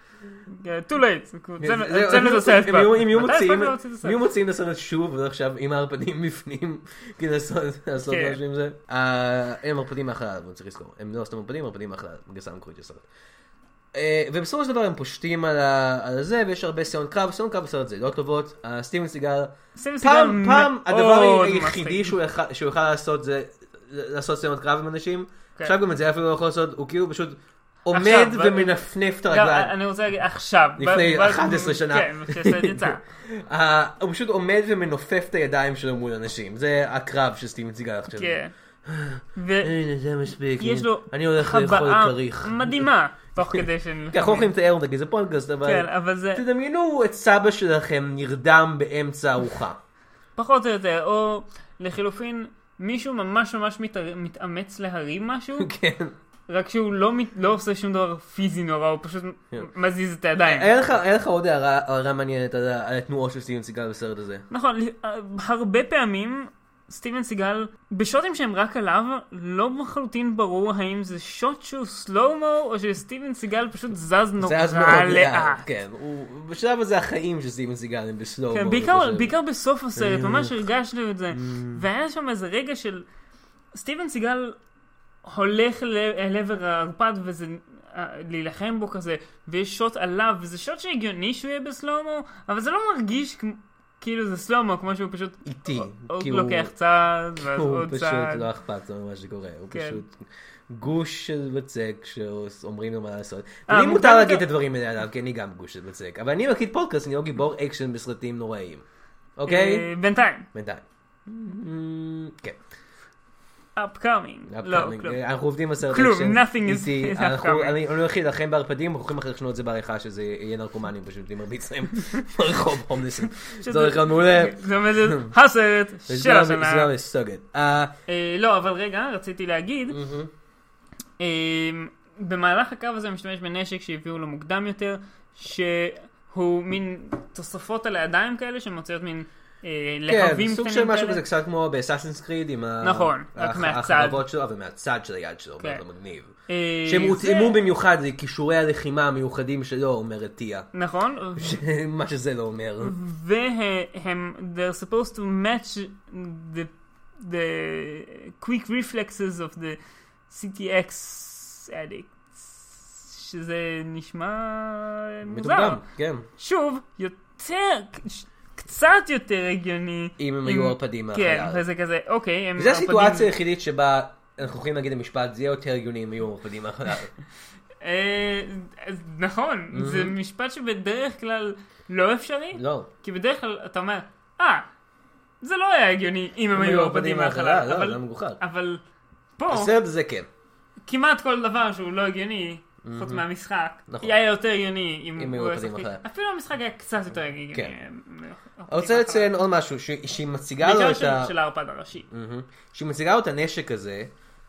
too late. צמד עושה את זה. אם יהיו מוצאים לסרט שוב, ועכשיו עם הערפדים בפנים, כדי לעשות משהו עם זה. הם ערפדים מהחלל, אני צריך לזכור. הם לא סתם ערפדים מהחלל, בגרסה המקורית של הסרט. ובסופו של דבר הם פושטים על זה, ויש הרבה סצנות קרב בסרט הזה, לא טובות. סטיבן סיגל, פעם הדבר היחידי שהוא יוכל לעשות זה לעשות סצנות קרב עם אנשים. עכשיו גם את זה אפילו לא יכול לעשות, הוא כאילו פשוט עומד ומנפנף את הרגליים. אני רוצה להגיד עכשיו. לפני 11 שנה. כן, כשהסרט יצא. הוא פשוט עומד ומנופף את הידיים שלו מול אנשים. זה הקרב של סטיבן סיגל עכשיו. כן. הנה, זה מספיק. יש לו אני הולך לאכול כריך. מדהימה. תוך כדי שאני... אנחנו הולכים לתאר אותה, כי זה פודקאסט, אבל תדמיינו את סבא שלכם נרדם באמצע ארוחה. פחות או יותר, או לחילופין, מישהו ממש מתאמץ להרים משהו. כן. רק שהוא לא עושה שום דבר פיזי נורא, הוא פשוט מזיז את הידיים. היה לך עוד הערה מעניינת על התנועות של סטיבן סיגל בסרט הזה. נכון, הרבה פעמים סטיבן סיגל, בשוטים שהם רק עליו, לא לחלוטין ברור האם זה שוט שהוא סלואו-מו, או שסטיבן סיגל פשוט זז נורא לאט. כן, בשלב הזה החיים של סטיבן סיגל הם בסלואו-מו. כן, בעיקר בסוף הסרט, ממש הרגשנו את זה. והיה שם איזה רגע של סטיבן סיגל הולך אל עבר הערפד וזה להילחם בו כזה, ויש שוט עליו, וזה שוט שהגיוני שהוא יהיה בסלואו-מו, אבל זה לא מרגיש כאילו זה סלואו-מו, כמו שהוא פשוט איטי. הוא לוקח צעד, ואז עוד צעד. הוא פשוט לא אכפת לו מה שקורה, הוא פשוט גוש של בצק שאומרים לו מה לעשות. לי מותר להגיד את הדברים האלה עליו, כי אני גם גוש של בצק, אבל אני מקליט פודקאסט, אני לא גיבור אקשן בסרטים נוראים. אוקיי? בינתיים. כן. upcoming. לא, כלום. אנחנו עובדים בסרט כלום, nothing is upcoming. אני הולך להילחם בערפדים, אנחנו יכולים אחר לשנות את זה בעריכה, שזה יהיה נרקומנים פשוט, עם מרביץ להם ברחוב הומלסים. זה הולך מעולה. זה עומד הסרט של השנה. זה לא סוגת. לא, אבל רגע, רציתי להגיד, במהלך הקו הזה משתמש בנשק שהביאו לו מוקדם יותר, שהוא מין תוספות על הידיים כאלה, שמוצאות מין להבים כן, סוג של משהו כזה קצת כמו באסאסינס קריד עם החרבות שלו ומהצד של היד שלו, זה מגניב. שהם הותאמו במיוחד לכישורי הלחימה המיוחדים שלו, אומרת תיה. נכון. מה שזה לא אומר. והם, they're supposed to match the quick reflexes of the CTX addicts, שזה נשמע מוזר. כן. שוב, קצת יותר הגיוני. אם הם היו ערפדים מהחלל. כן, וזה כזה, אוקיי. זה הסיטואציה היחידית שבה אנחנו יכולים להגיד למשפט, זה יהיה יותר הגיוני אם היו ערפדים מהחלל. נכון, זה משפט שבדרך כלל לא אפשרי. לא. כי בדרך כלל אתה אומר, זה לא היה הגיוני אם הם היו ערפדים מהחלל. לא, זה מגוחך. אבל פה, הסרט הזה כן. כמעט כל דבר שהוא לא הגיוני, חוץ מהמשחק, היה יותר הגיוני אם הוא היה שחקי. אפילו המשחק היה קצת יותר הגיוני. אני רוצה לציין עוד משהו, שהיא מציגה לו את ה... של הערפד הראשי. שהיא מציגה לו את הנשק הזה,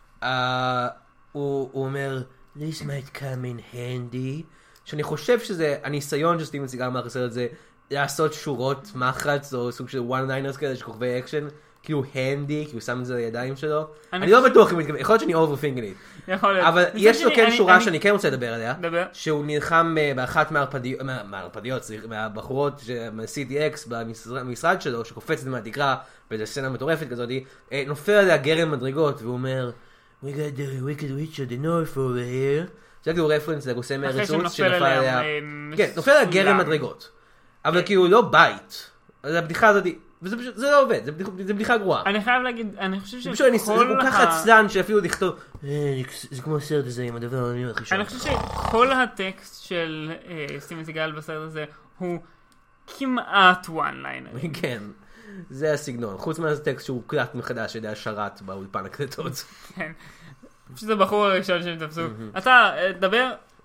הוא אומר, This might come in handy. שאני חושב שזה הניסיון שסטיבן סיגל מאחר את זה, לעשות שורות מחץ, או סוג של one-liners כאלה שכוכבי אקשן, כאילו הנדי, כי הוא שם את זה לידיים שלו. אני לא בטוח אם הוא מתכוון, יכול להיות שאני אוברפינגליט. אבל יש לו כן שורה שאני כן רוצה לדבר עליה, שהוא נלחם באחת מהערפדיות, מהבחורות מה-CTX במשרד שלו, שקופצת מהתקרה, באיזו סצנה מטורפת כזאת, נופל עליה גרם מדרגות, והוא אומר, We got the wicked witch of the north over here. זה כאילו רפרנס לגוסם מהרצוץ, שנפל עליה, כן, נופל עליה גרם מדרגות. אבל כאילו לא בית. הבדיחה הזאת, זה לא עובד, זה בדיחה גרועה. אני חייב להגיד, אני חושב שכל זה כל כך עצלן שאפילו לכתוב, זה כמו הסרט הזה עם הדבר אני הולך לשם. אני חושב שכל הטקסט של סטיבן סיגל בסרט הזה הוא כמעט one-liner. כן, זה הסגנון. חוץ מהטקסט שהוא קלט מחדש על ידי השרת באולפן הקלטות. כן. שזה בחור הראשון שהם תפסו. אתה, דבר,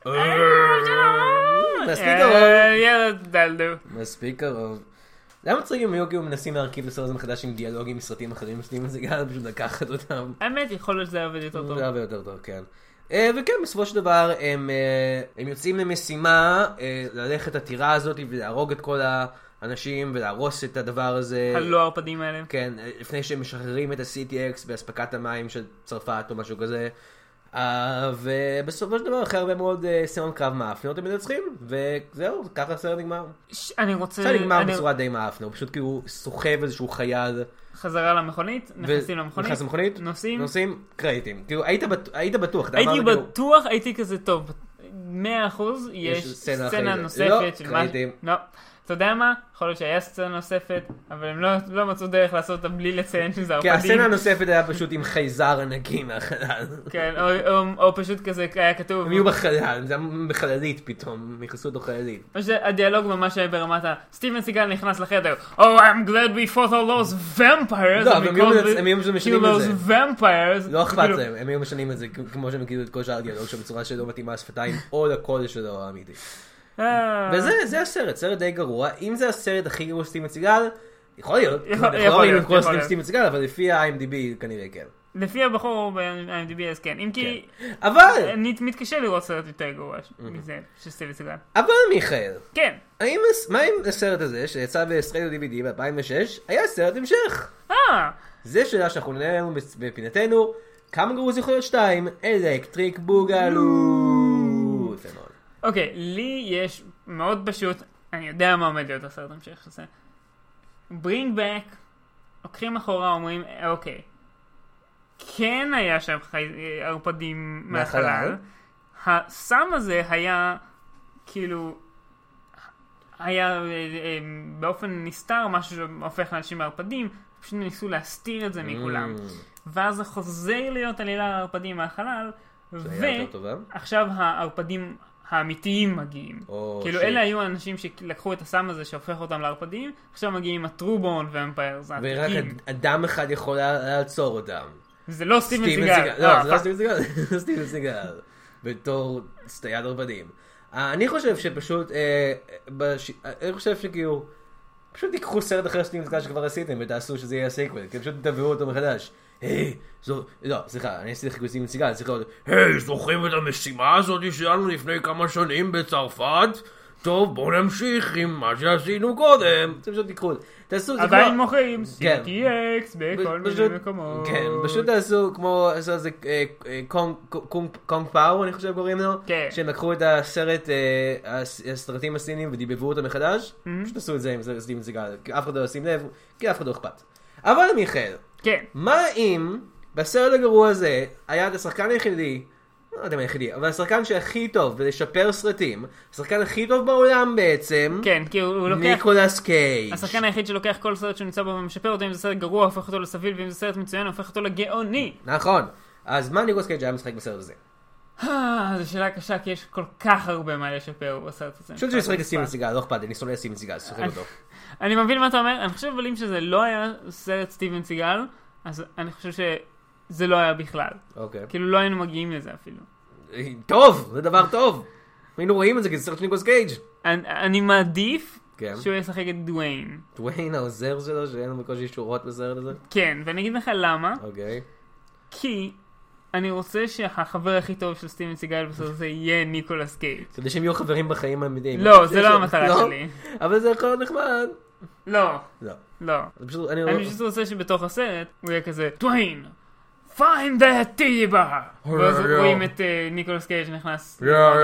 מספיק קרוב. יאללה, דלדו. מספיק קרוב. זה היה מצחיק אם היו כאילו מנסים להרכיב לסרט הזה מחדש עם דיאלוגים מסרטים אחרים סטיבן סיגל, פשוט לקחת אותם. האמת, יכול להיות שזה היה עובד יותר טוב. זה הרבה יותר טוב, כן. וכן, בסופו של דבר הם יוצאים למשימה ללכת את הטירה הזאת ולהרוג את כל האנשים ולהרוס את הדבר הזה. הלא ערפדים האלה. כן, לפני שהם משחררים את ה-CTX באספקת המים של צרפת או משהו כזה. ובסופו של דבר אחרי הרבה מאוד סיון קרב מאפנות הם מנצחים, וזהו, ככה הסרט נגמר. אני רוצה... הסרט נגמר בצורה די מאפנה, הוא פשוט כאילו סוחב איזשהו חייל. חזרה למכונית, נכנסים למכונית. נכנס למכונית, נוסעים, קרדיטים. כאילו, היית בטוח. הייתי בטוח, הייתי כזה טוב. 100% יש סצנה נוספת של משהו. לא. אתה יודע מה? יכול להיות שהיה סצנה נוספת, אבל הם לא מצאו דרך לעשות אותה בלי לציין שזה ערפדים. כי הסצנה הנוספת היה פשוט עם חייזר ענקי מהחלל. כן, או פשוט כזה היה כתוב. הם יהיו בחלל, זה היה בחללית פתאום, נכנסו אותו חללית. או שהדיאלוג ממש היה ברמת סטיבן סיגל נכנס לחדר, Oh, I'm glad we fought all those vampires. לא, הם יהיו משנים את זה. vampires. לא אכפת להם, הם יהיו משנים את זה, כמו שהם כאילו את כל שאר הדיאלוג שבצורה שלא מתאימה שפתיים, או לקול שלו האמיתי. וזה הסרט, סרט די גרוע. אם זה הסרט הכי גרוע סטיבן סיגל, יכול להיות, יכול להיות כל סטיבן סיגל, אבל לפי ה-IMDb כנראה כן. לפי הבחור ב-IMDb אז כן, אם כי... אבל... אני מתקשה לראות סרט יותר גרוע מזה, של סטיבן סיגל. אבל מיכאל, כן. מה עם הסרט הזה שיצא בישראל DVD ב-2006, היה סרט המשך? זה שאלה שאנחנו נראה לנו בפינתנו, כמה גרוע זה יכול להיות 2, אלקטריק בוגלו. אוקיי, לי יש מאוד פשוט, אני יודע מה עומד להיות הסרט המשך הזה. Bring back, לוקחים אחורה, אומרים, אוקיי, כן היה שם ערפדים מהחלל. הסם הזה היה, כאילו, היה באופן נסתר, משהו שהופך לאנשים מערפדים, פשוט ניסו להסתיר את זה מכולם. ואז זה חוזר להיות עלילה ערפדים מהחלל, ועכשיו הערפדים האמיתיים מגיעים. כאילו אלה היו האנשים שלקחו את הסם הזה שהופך אותם לערפדים, עכשיו מגיעים הטרובורן ואמפייר. ורק אדם אחד יכול לעצור אותם. זה לא סטיבן סיגל. לא, זה לא סטיבן סיגל, זה סטיבן סיגל. בתור סטייד ערפדים. אני חושב שפשוט, אני חושב שכאילו, פשוט תיקחו סרט אחר סטיבן סיגל שכבר עשיתם ותעשו שזה יהיה הסיקוול, כי פשוט תביאו אותו מחדש. לא, סליחה, אני עשיתי חיקוי סטיבן סיגל, סליחה, זוכרים את המשימה הזאת שלנו לפני כמה שנים בצרפת? טוב, בואו נמשיך עם מה שעשינו קודם. זה פשוט תיקחו. עדיין מוכרים CTX בכל מיני מקומות. כן, פשוט תעשו כמו קונג פאו, אני חושב קוראים לו. שהם לקחו את הסרטים הסינים ודיבבו אותם מחדש. פשוט תעשו את זה עם סטיבן סיגל. כי אף אחד לא ישים לב, כי אף אחד לא אכפת. אבל מיכאל, מה אם בסרט הגרוע הזה היה את השחקן היחידי, לא יודע מה היחידי, אבל השחקן שהכי טוב ולשפר סרטים, השחקן הכי טוב בעולם בעצם, כן, כי הוא לוקח... ניקולס קייג'. השחקן היחיד שלוקח כל סרט שהוא נמצא בו ומשפר אותו, אם זה סרט גרוע, הופך אותו לסביל, ואם זה סרט מצוין, הופך אותו לגאוני. נכון. אז מה ניקולס קייג' היה משחק בסרט הזה? זו שאלה קשה, כי יש כל כך הרבה מה לשפר בסרט הזה. פשוט שמשחק לסטיבן סיגל, לא אכפת, אני שונא סטיבן סיגל, שחק אותו. אני מבין מה אתה אומר, אני חושב אבל אם שזה לא היה סרט סטיבן סיגל, אז אני חושב שזה לא היה בכלל. כאילו לא היינו מגיעים לזה אפילו. טוב, זה דבר טוב. היינו רואים את זה כי זה סרט של ניקולס קייג'. אני מעדיף שהוא ישחק את דוויין. דוויין העוזר שלו, שאין לו בקושי שורות בסרט הזה? כן, ואני אגיד לך למה. אוקיי. כי אני רוצה שהחבר הכי טוב של סטיבן סיגל בסרט הזה יהיה ניקולס קייג'. כדי שהם יהיו חברים בחיים האמיתיים. לא, זה לא המטרה שלי. אבל זה יכול להיות נחמד. לא. אני פשוט רוצה שבתוך הסרט הוא יהיה כזה, דוויין! find that titty bar! ואז רואים את ניקולס קייג' נכנס.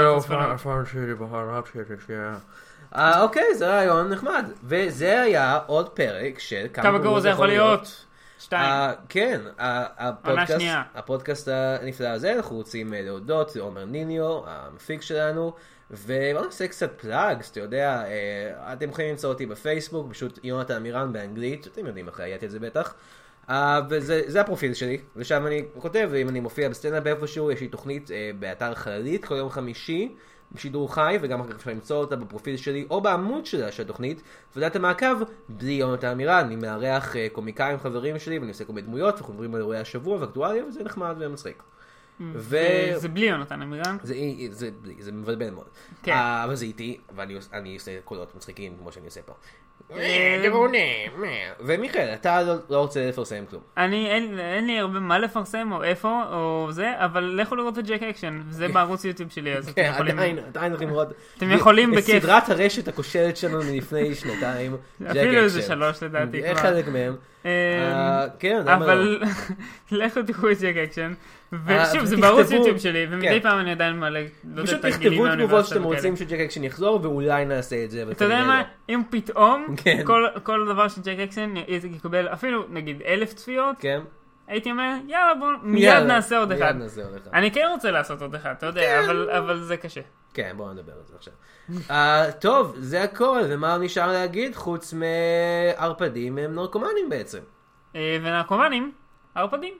אוקיי, זה רעיון נחמד. וזה היה עוד פרק של כמה גרוע זה יכול להיות. 2. כן, הפודקאסט הנפלא הזה, אנחנו רוצים להודות לעומר ניניו, המפיק שלנו, ובואו נעשה קצת פלאגס, אתה יודע, אתם יכולים למצוא אותי בפייסבוק, פשוט יונתן אמירן באנגלית, אתם יודעים איך ראיתי את זה בטח. וזה הפרופיל שלי, ושם אני כותב, אם אני מופיע בסטנדאפ איפשהו, יש לי תוכנית באתר חללית, כל יום חמישי, בשידור חי, וגם אחר כך אפשר למצוא אותה בפרופיל שלי, או בעמוד שלה של התוכנית, ודעת המעקב, בלי יונתן אמירן, אני מארח קומיקאים חברים שלי, ואני עושה כל מיני דמויות, ואנחנו מדברים על אירועי השבוע ואקטואליה, וזה נחמד ומצחיק. זה בלי יונתן עמירן. זה מבלבל מאוד. כן. אבל זה איתי, ואני עושה קולות מצחיקים כמו שאני עושה פה. ומיכאל, אתה לא רוצה לפרסם כלום. אין לי הרבה מה לפרסם או איפה או זה, אבל לכו לראות את ג'ק אקשן, זה בערוץ יוטיוב שלי, אז אתם יכולים... עדיין יכולים לראות. אתם יכולים בכיף. סדרת הרשת הכושלת שלנו מלפני שנתיים, ג'ק אקשן. אפילו איזה 3 לדעתי כבר. חלק מהם. כן, אבל לכו תראו את ג'ק אקשן, ושוב, זה בערוץ יוטיוב שלי, ומדי פעם אני עדיין מעלה, פשוט תכתבו תגובות שאתם רוצים שג'ק אקשן יחזור, ואולי נעשה את זה. אתה יודע מה, אם פתאום כל דבר של ג'ק אקשן יקבל אפילו נגיד 1,000 צפיות, הייתי אומר, יאללה בוא, מיד נעשה עוד אחד. אני כן רוצה לעשות עוד אחד, אתה יודע, אבל זה קשה. כן, בואו נדבר על זה עכשיו. טוב, זה הכל, ומה נשאר להגיד חוץ מערפדים הם נרקומנים בעצם. ונרקומנים, ערפדים.